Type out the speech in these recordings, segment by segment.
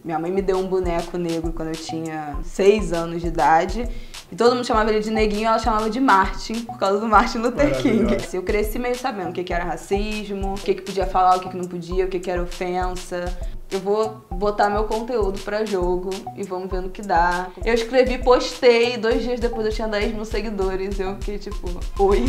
Minha mãe me deu um boneco negro quando eu tinha 6 anos de idade. E todo mundo chamava ele de neguinho, ela chamava de Martin, por causa do Martin Luther King. Eu cresci meio sabendo o que era racismo, o que podia falar, o que não podia, o que era ofensa. Eu vou botar meu conteúdo pra jogo e vamos ver no que dá. Eu escrevi, postei, 2 dias depois eu tinha 10 mil seguidores. Eu fiquei tipo, oi.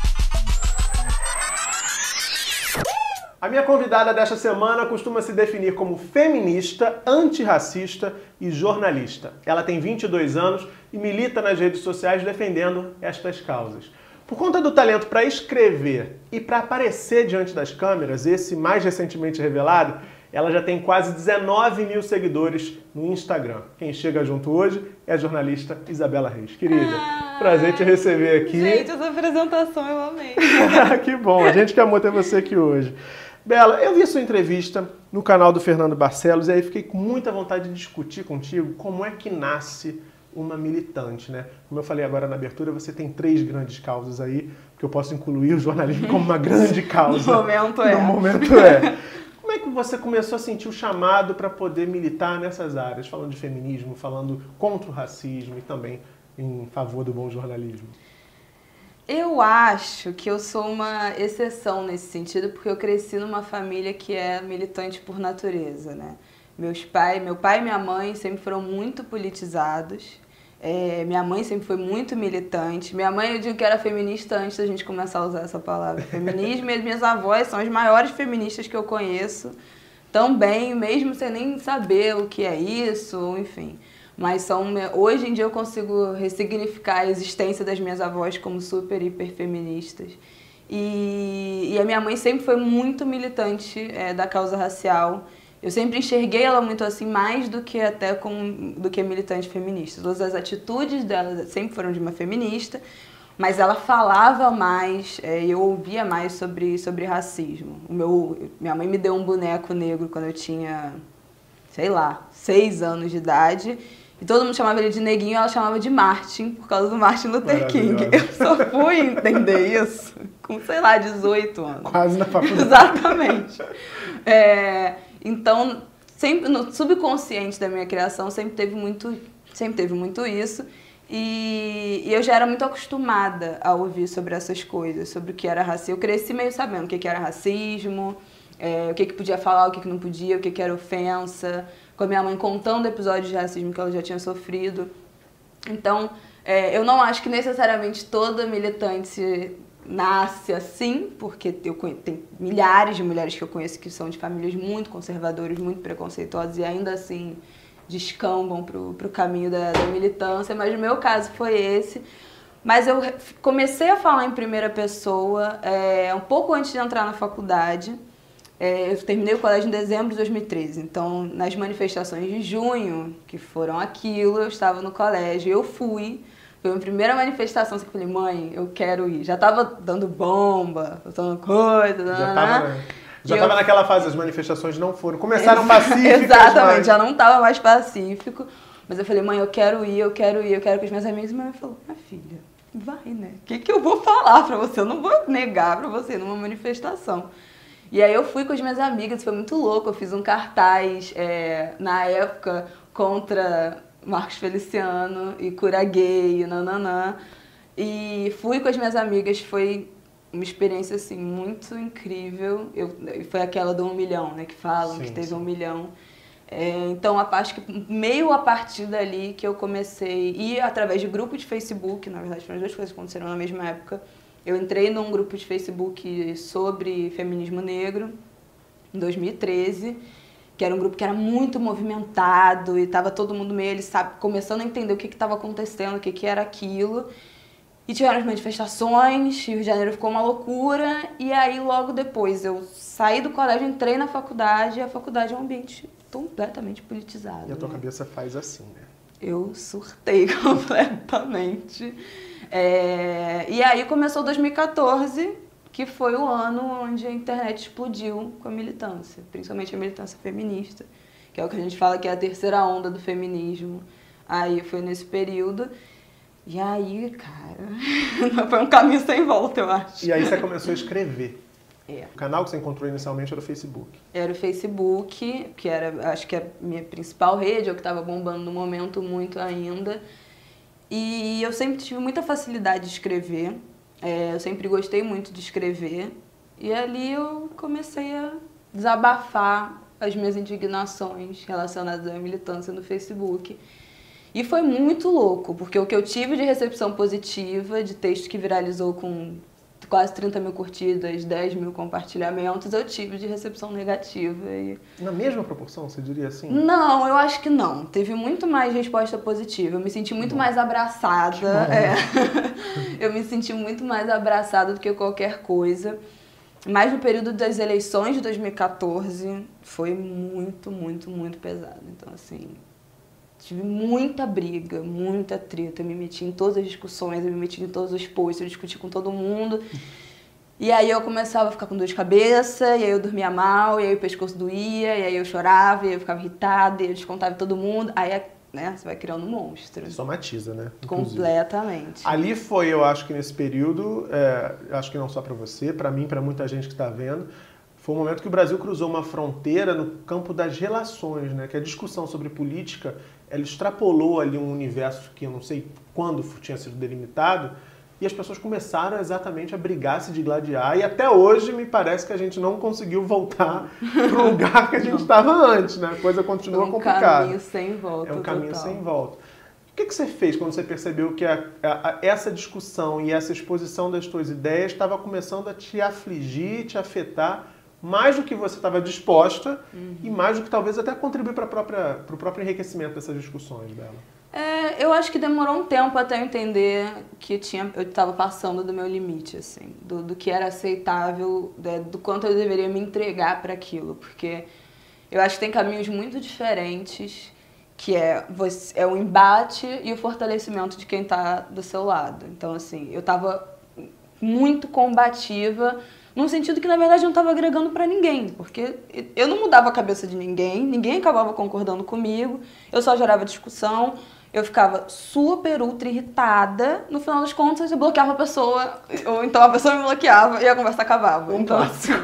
A minha convidada desta semana costuma se definir como feminista, antirracista e jornalista. Ela tem 22 anos e milita nas redes sociais defendendo estas causas. Por conta do talento para escrever e para aparecer diante das câmeras, esse mais recentemente revelado, ela já tem quase 19 mil seguidores no Instagram. Quem chega junto hoje é a jornalista Isabela Reis. Querida, prazer te receber aqui. Gente, essa apresentação eu amei. Que bom, a gente que amou ter você aqui hoje. Bela, eu vi a sua entrevista no canal do Fernando Barcelos e aí fiquei com muita vontade de discutir contigo como é que nasce uma militante, né? Como eu falei agora na abertura, você tem 3 grandes causas aí, que eu posso incluir o jornalismo como uma grande causa. No momento é. No momento é. Como é que você começou a sentir o chamado para poder militar nessas áreas, falando de feminismo, falando contra o racismo e também em favor do bom jornalismo? Eu acho que eu sou uma exceção nesse sentido, porque eu cresci numa família que é militante por natureza, né? Meu pai e minha mãe sempre foram muito politizados. Minha mãe sempre foi muito militante. Minha mãe, eu digo que era feminista antes da gente começar a usar essa palavra, feminismo. E as minhas avós são as maiores feministas que eu conheço, também, mesmo sem nem saber o que é isso, enfim. Mas hoje em dia eu consigo ressignificar a existência das minhas avós como super, hiper feministas. E a minha mãe sempre foi muito militante da causa racial. Eu sempre enxerguei ela muito assim, mais do que do que militante feminista. Todas as atitudes dela sempre foram de uma feminista, mas ela falava mais, eu ouvia mais sobre racismo. Minha mãe me deu um boneco negro quando eu tinha, sei lá, 6 anos de idade. E todo mundo chamava ele de neguinho, ela chamava de Martin, por causa do Martin Luther King. Eu só fui entender isso com, sei lá, 18 anos. Quase na faculdade. Exatamente. Então, sempre no subconsciente da minha criação sempre teve muito isso. E eu já era muito acostumada a ouvir sobre essas coisas, sobre o que era racismo. Eu cresci meio sabendo o que era racismo, o que podia falar, o que não podia, o que era ofensa, com a minha mãe contando episódios de racismo que ela já tinha sofrido. Então, eu não acho que necessariamente toda militante nasce assim, porque tem milhares de mulheres que eu conheço que são de famílias muito conservadoras, muito preconceituosas e ainda assim descambam pro caminho da militância, mas no meu caso foi esse. Mas eu comecei a falar em primeira pessoa um pouco antes de entrar na faculdade. Eu terminei o colégio em dezembro de 2013, então nas manifestações de junho, que foram aquilo, eu estava no colégio, eu fui. Foi a minha primeira manifestação, assim, que eu falei, mãe, eu quero ir. Já tava dando bomba, faltando coisa, Já tava naquela fase, as manifestações não foram, começaram pacíficas. Exatamente, mas... já não tava mais pacífico. Mas eu falei, mãe, eu quero ir, eu quero com os meus amigos. E minha mãe falou, minha filha, vai, né? O que eu vou falar pra você? Eu não vou negar pra você numa manifestação. E aí eu fui com as minhas amigas, foi muito louco. Eu fiz um cartaz, na época, contra Marcos Feliciano e cura gay, nananã. E fui com as minhas amigas, foi uma experiência, assim, muito incrível. Foi aquela do 1 milhão, né, que falam, sim, que teve 1 milhão. Então, acho que meio a partir dali que eu comecei, e através de grupo de Facebook, na verdade, foram as 2 coisas que aconteceram na mesma época. Eu entrei num grupo de Facebook sobre feminismo negro, em 2013, que era um grupo que era muito movimentado e estava todo mundo meio, começando a entender o que estava acontecendo, o que era aquilo. E tiveram as manifestações, Rio de Janeiro ficou uma loucura, e aí logo depois eu saí do colégio, entrei na faculdade, e a faculdade é um ambiente completamente politizado. E a tua cabeça faz assim, né? Eu surtei completamente. E aí começou 2014, que foi o ano onde a internet explodiu com a militância, principalmente a militância feminista, que é o que a gente fala que é a terceira onda do feminismo. Aí foi nesse período. E aí, cara, foi um caminho sem volta, eu acho. E aí você começou a escrever. É. O canal que você encontrou inicialmente era o Facebook. Era o Facebook, que era, acho que a minha principal rede, é o que estava bombando no momento muito ainda. E eu sempre tive muita facilidade de escrever, eu sempre gostei muito de escrever. E ali eu comecei a desabafar as minhas indignações relacionadas à militância no Facebook. E foi muito louco, porque o que eu tive de recepção positiva, de texto que viralizou com quase 30 mil curtidas, 10 mil compartilhamentos, eu tive de recepção negativa. Na mesma proporção, você diria assim? Não, eu acho que não. Teve muito mais resposta positiva. Eu me senti muito mais abraçada. Eu me senti muito mais abraçada do que qualquer coisa. Mas no período das eleições de 2014 foi muito, muito, muito pesado. Então, assim, tive muita briga, muita treta. Eu me meti em todas as discussões, eu me meti em todos os posts, eu discuti com todo mundo. E aí eu começava a ficar com dor de cabeça, e aí eu dormia mal, e aí o pescoço doía, e aí eu chorava, e aí eu ficava irritada, e eu descontava em todo mundo. Aí, né, você vai criando um monstro. Somatiza, né? Inclusive. Completamente. Ali foi, eu acho que nesse período, acho que não só para você, para mim, para muita gente que está vendo, foi um momento que o Brasil cruzou uma fronteira no campo das relações, né? Que a discussão sobre política, ela extrapolou ali um universo que eu não sei quando tinha sido delimitado, e as pessoas começaram exatamente a brigar, se digladiar, e até hoje me parece que a gente não conseguiu voltar para o lugar que a gente estava antes, né? A coisa continua complicada. É um caminho sem volta. É um caminho total. sem volta. O que você fez quando você percebeu que essa discussão e essa exposição das suas ideias estava começando a te afligir, te afetar, mais do que você estava disposta e mais do que talvez até contribuir para o próprio enriquecimento dessas discussões dela? Eu acho que demorou um tempo até eu entender que eu estava passando do meu limite, assim, do que era aceitável, do quanto eu deveria me entregar para aquilo, porque eu acho que tem caminhos muito diferentes, que é o embate e o fortalecimento de quem está do seu lado. Então, assim, eu estava muito combativa, num sentido que, na verdade, não estava agregando para ninguém, porque eu não mudava a cabeça de ninguém, ninguém acabava concordando comigo, eu só gerava discussão, eu ficava super, ultra irritada, no final das contas eu bloqueava a pessoa, ou então a pessoa me bloqueava e a conversa acabava. Então, assim,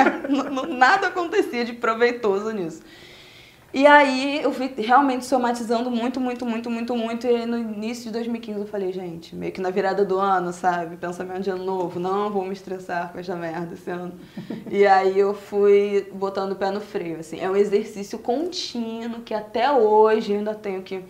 nada acontecia de proveitoso nisso. E aí eu fui realmente somatizando muito, muito, muito, muito, muito. E aí no início de 2015 eu falei, gente, meio que na virada do ano, sabe? Pensamento de ano novo, não vou me estressar com essa merda esse ano. E aí eu fui botando o pé no freio, assim. É um exercício contínuo que até hoje eu ainda tenho que...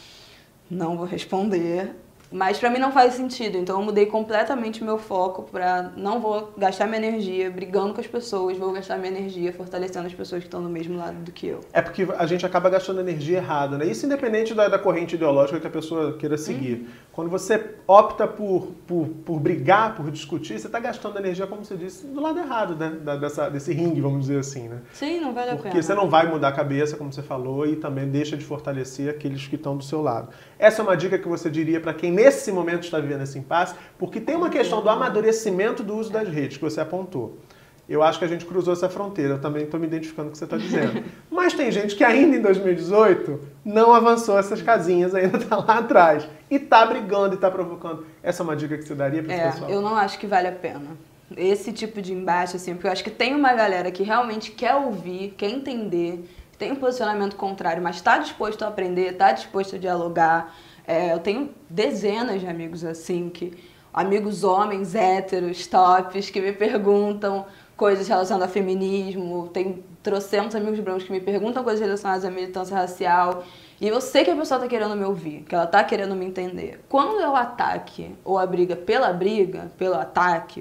Não vou responder. Mas pra mim não faz sentido, então eu mudei completamente meu foco pra não vou gastar minha energia brigando com as pessoas, vou gastar minha energia fortalecendo as pessoas que estão do mesmo lado do que eu. É porque a gente acaba gastando energia errada, né? Isso independente da corrente ideológica que a pessoa queira seguir. Quando você opta por brigar, por discutir, você está gastando energia, como você disse, do lado errado, né? Desse ringue, vamos dizer assim, né? Sim, não vale a pena. Porque você não vai mudar a cabeça, como você falou, e também deixa de fortalecer aqueles que estão do seu lado. Essa é uma dica que você diria para quem nesse momento está vivendo esse impasse, porque tem uma questão do amadurecimento do uso das redes que você apontou. Eu acho que a gente cruzou essa fronteira, eu também estou me identificando com o que você está dizendo. Mas tem gente que ainda em 2018 não avançou essas casinhas, ainda está lá atrás. E está brigando e está provocando. Essa é uma dica que você daria para esse pessoal? Eu não acho que vale a pena. Esse tipo de embate, assim, porque eu acho que tem uma galera que realmente quer ouvir, quer entender, tem um posicionamento contrário, mas está disposto a aprender, está disposto a dialogar. Eu tenho dezenas de amigos assim, amigos homens, héteros, tops, que me perguntam coisas relacionadas ao feminismo. Tem trocentos amigos brancos que me perguntam coisas relacionadas à militância racial. E eu sei que a pessoa está querendo me ouvir, que ela está querendo me entender. Quando é o ataque ou a briga, pelo ataque,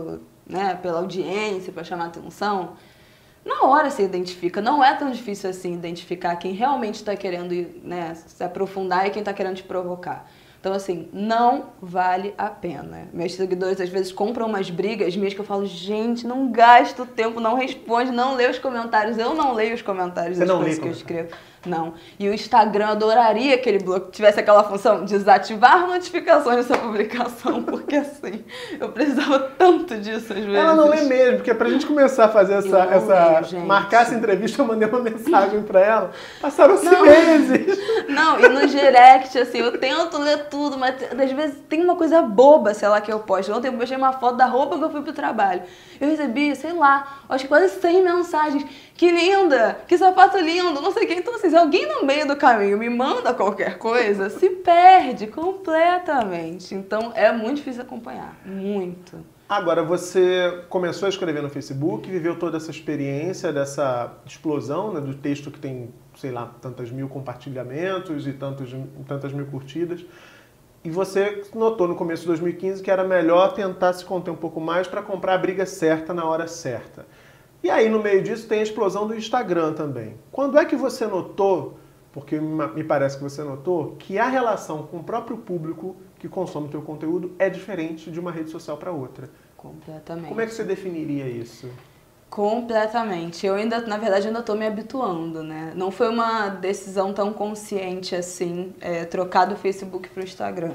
pela audiência, para chamar atenção, na hora você identifica. Não é tão difícil assim identificar quem realmente está querendo, né, se aprofundar e quem está querendo te provocar. Então, assim, não vale a pena. Meus seguidores, às vezes, compram umas brigas minhas que eu falo, gente, não gasta o tempo, não responde, não lê os comentários. Eu não leio os comentários das coisas que eu escrevo. Não. E o Instagram adoraria que ele tivesse aquela função desativar notificações dessa publicação, porque assim, eu precisava tanto disso às vezes. Ela não lê mesmo, porque pra gente começar a fazer marcar essa entrevista, eu mandei uma mensagem pra ela. Passaram-se meses. Não, e no direct, assim, eu tento ler tudo, mas às vezes tem uma coisa boba, sei lá, que eu posto. Ontem eu postei uma foto da roupa que eu fui pro trabalho. Eu recebi, sei lá, acho que quase 100 mensagens. Que linda! Que sapato lindo! Não sei o que. Então, assim, se alguém no meio do caminho me manda qualquer coisa, se perde completamente. Então, é muito difícil acompanhar. Muito. Agora, você começou a escrever no Facebook, viveu toda essa experiência dessa explosão, né, do texto que tem, sei lá, tantas mil compartilhamentos e tantas mil curtidas. E você notou no começo de 2015 que era melhor tentar se conter um pouco mais para comprar a briga certa na hora certa. E aí, no meio disso, tem a explosão do Instagram também. Quando é que você notou, porque me parece que você notou, que a relação com o próprio público que consome o teu conteúdo é diferente de uma rede social para outra? Completamente. Como é que você definiria isso? Completamente. Eu ainda, na verdade, ainda estou me habituando, né? Não foi uma decisão tão consciente assim, trocar do Facebook para o Instagram.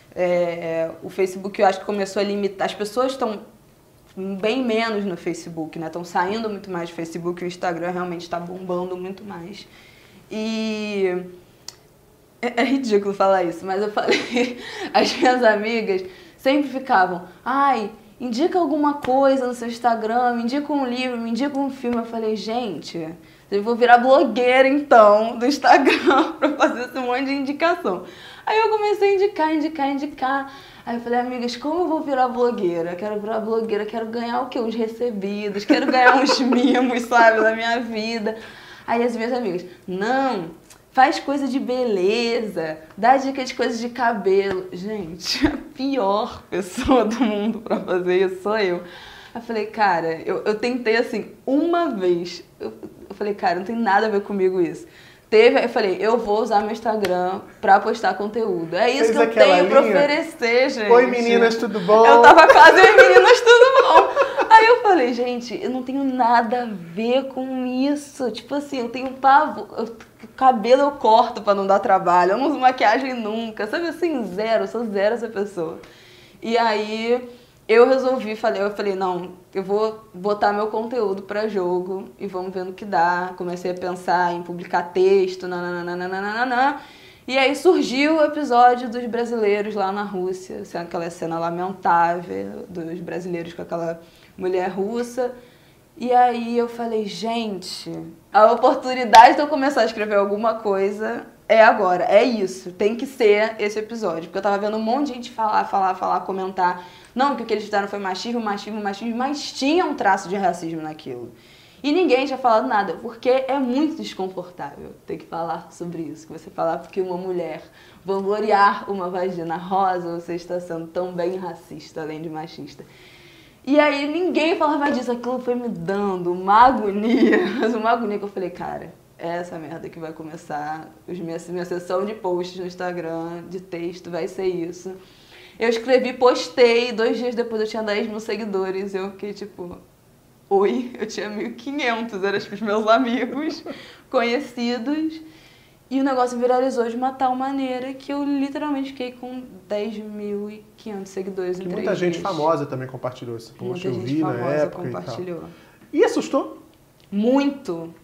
O Facebook, eu acho que começou a limitar. As pessoas estão bem menos no Facebook, né? Estão saindo muito mais do Facebook e o Instagram realmente está bombando muito mais. E é ridículo falar isso, mas eu falei, as minhas amigas sempre ficavam, ai, indica alguma coisa no seu Instagram, me indica um livro, me indica um filme. Eu falei, gente, eu vou virar blogueira então do Instagram pra fazer esse monte de indicação. Aí eu comecei a indicar. Aí eu falei, amigas, como eu vou virar blogueira? Quero virar blogueira, quero ganhar o quê? Uns recebidos, quero ganhar uns mimos, sabe, da minha vida. Aí as minhas amigas, não, faz coisa de beleza, dá dica de coisas de cabelo. Gente, a pior pessoa do mundo pra fazer isso sou eu. Aí eu falei, cara, eu tentei assim, uma vez. Eu falei, cara, não tem nada a ver comigo isso. Aí eu falei, eu vou usar meu Instagram pra postar conteúdo. É isso que eu tenho pra oferecer, gente. Oi meninas, tudo bom? Eu tava quase, oi meninas, tudo bom? Aí eu falei, gente, eu não tenho nada a ver com isso. Tipo assim, eu tenho pavor. Cabelo eu corto pra não dar trabalho. Eu não uso maquiagem nunca. Sabe assim, zero. Sou zero essa pessoa. E aí eu resolvi, eu falei, não, eu vou botar meu conteúdo pra jogo e vamos ver no que dá. Comecei a pensar em publicar texto, nananana. E aí surgiu o episódio dos brasileiros lá na Rússia, aquela cena lamentável dos brasileiros com aquela mulher russa. E aí eu falei, gente, a oportunidade de eu começar a escrever alguma coisa é agora, é isso, tem que ser esse episódio. Porque eu tava vendo um monte de gente falar, comentar. Não, que o que eles fizeram foi machismo, mas tinha um traço de racismo naquilo. E ninguém tinha falado nada, porque é muito desconfortável ter que falar sobre isso. Que você falar porque uma mulher vangloriar uma vagina rosa, você está sendo também racista, além de machista. E aí ninguém falava disso, aquilo foi me dando uma agonia, mas uma agonia que eu falei, cara, é essa merda que vai começar, minha sessão de posts no Instagram, de texto, vai ser isso. Eu escrevi, postei, 2 dias depois eu tinha 10 mil seguidores, eu fiquei tipo, oi, eu tinha 1.500, eram os meus amigos, conhecidos. E o negócio viralizou de uma tal maneira que eu literalmente fiquei com 10.500 seguidores em 3 dias. Muita gente famosa também compartilhou esse post, eu vi na época compartilhou. E assustou? Muito.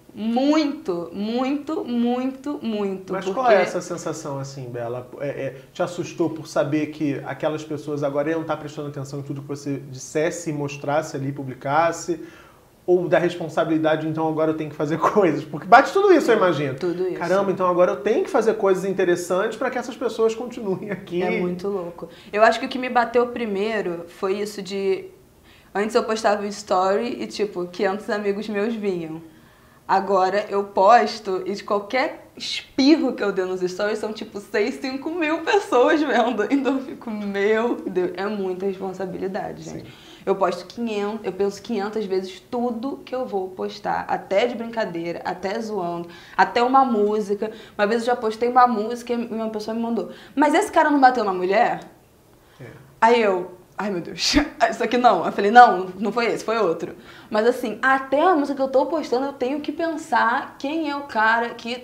Mas qual é essa sensação assim, Bela? Te assustou por saber que aquelas pessoas agora iam estar prestando atenção em tudo que você dissesse, mostrasse ali, publicasse? Ou da responsabilidade, então agora eu tenho que fazer coisas? Porque bate tudo isso, eu imagino. Tudo isso. Caramba, então agora eu tenho que fazer coisas interessantes para que essas pessoas continuem aqui. É muito louco. Eu acho que o que me bateu primeiro foi isso de... Antes eu postava um story e, tipo, 500 amigos meus vinham. Agora eu posto e de qualquer espirro que eu dei nos stories são, tipo, 5 mil pessoas vendo. Então eu fico, meu Deus, é muita responsabilidade, gente. Sim. Eu posto 500, eu penso 500 vezes tudo que eu vou postar, até de brincadeira, até zoando, até uma música. Uma vez eu já postei uma música e uma pessoa me mandou, mas esse cara não bateu na mulher? É. Aí eu, ai meu Deus, isso aqui não. Eu falei, não foi esse, foi outro. Mas assim, até a música que eu tô postando eu tenho que pensar quem é o cara que...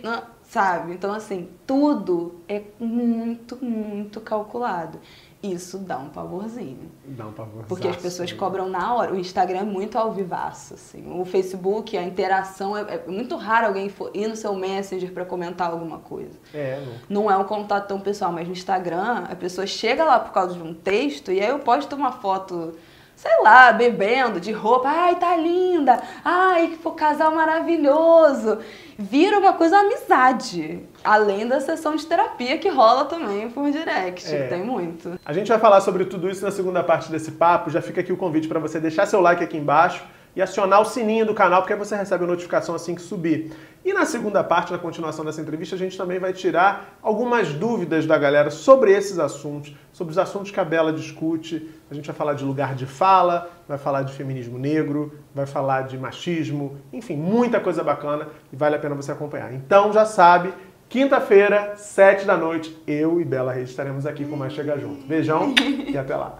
sabe? Então, assim, tudo é muito, muito calculado. Isso dá um pavorzinho. Dá um pavorzaço. Porque as pessoas cobram na hora. O Instagram é muito ao vivaço, assim. O Facebook, a interação, é muito raro alguém ir no seu Messenger pra comentar alguma coisa. Não é um contato tão pessoal, mas no Instagram, a pessoa chega lá por causa de um texto e aí eu posto uma foto, sei lá, bebendo, de roupa. Ai, tá linda. Ai, que casal maravilhoso. Vira uma coisa, uma amizade. Além da sessão de terapia que rola também por direct. Tem muito. A gente vai falar sobre tudo isso na segunda parte desse papo. Já fica aqui o convite para você deixar seu like aqui embaixo e acionar o sininho do canal, porque aí você recebe a notificação assim que subir. E na segunda parte, na continuação dessa entrevista, a gente também vai tirar algumas dúvidas da galera sobre esses assuntos, sobre os assuntos que a Bela discute. A gente vai falar de lugar de fala, vai falar de feminismo negro, vai falar de machismo, enfim, muita coisa bacana e vale a pena você acompanhar. Então já sabe, quinta-feira, 7 da noite, eu e Bela Reis estaremos aqui com mais Chega Junto. Beijão e até lá.